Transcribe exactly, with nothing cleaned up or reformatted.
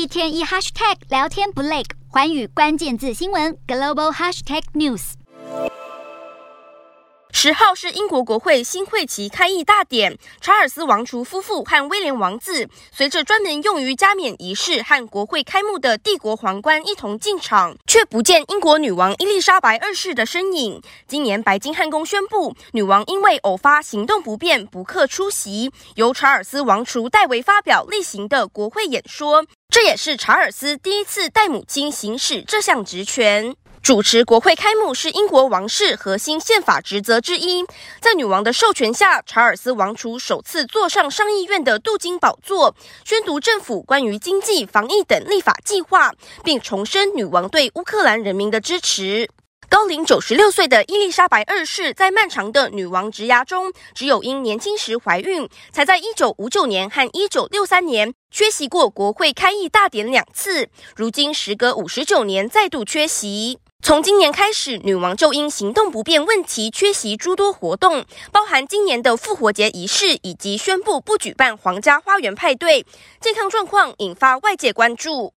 天一 hashtag 聊天不累，寰宇关键字新闻 global hashtag news。 十号是英国国会新会期开议大典，查尔斯王储夫妇和威廉王子随着专门用于加冕仪式和国会开幕的帝国皇冠一同进场，却不见英国女王伊丽莎白二世的身影。今年白金汉宫宣布，女王因为偶发行动不便，不克出席，由查尔斯王储代为发表例行的国会演说。这也是查尔斯第一次代母亲行使这项职权。主持国会开幕是英国王室核心宪法职责之一，在女王的授权下，查尔斯王储首次坐上上议院的镀金宝座，宣读政府关于经济、防疫等立法计划，并重申女王对乌克兰人民的支持。高龄九十六岁的伊丽莎白二世在漫长的女王职涯中，只有因年轻时怀孕，才在一九五九年和一九六三年缺席过国会开议大典两次，如今时隔五十九年再度缺席。从今年开始，女王就因行动不便问题缺席诸多活动，包含今年的复活节仪式，以及宣布不举办皇家花园派对，健康状况引发外界关注。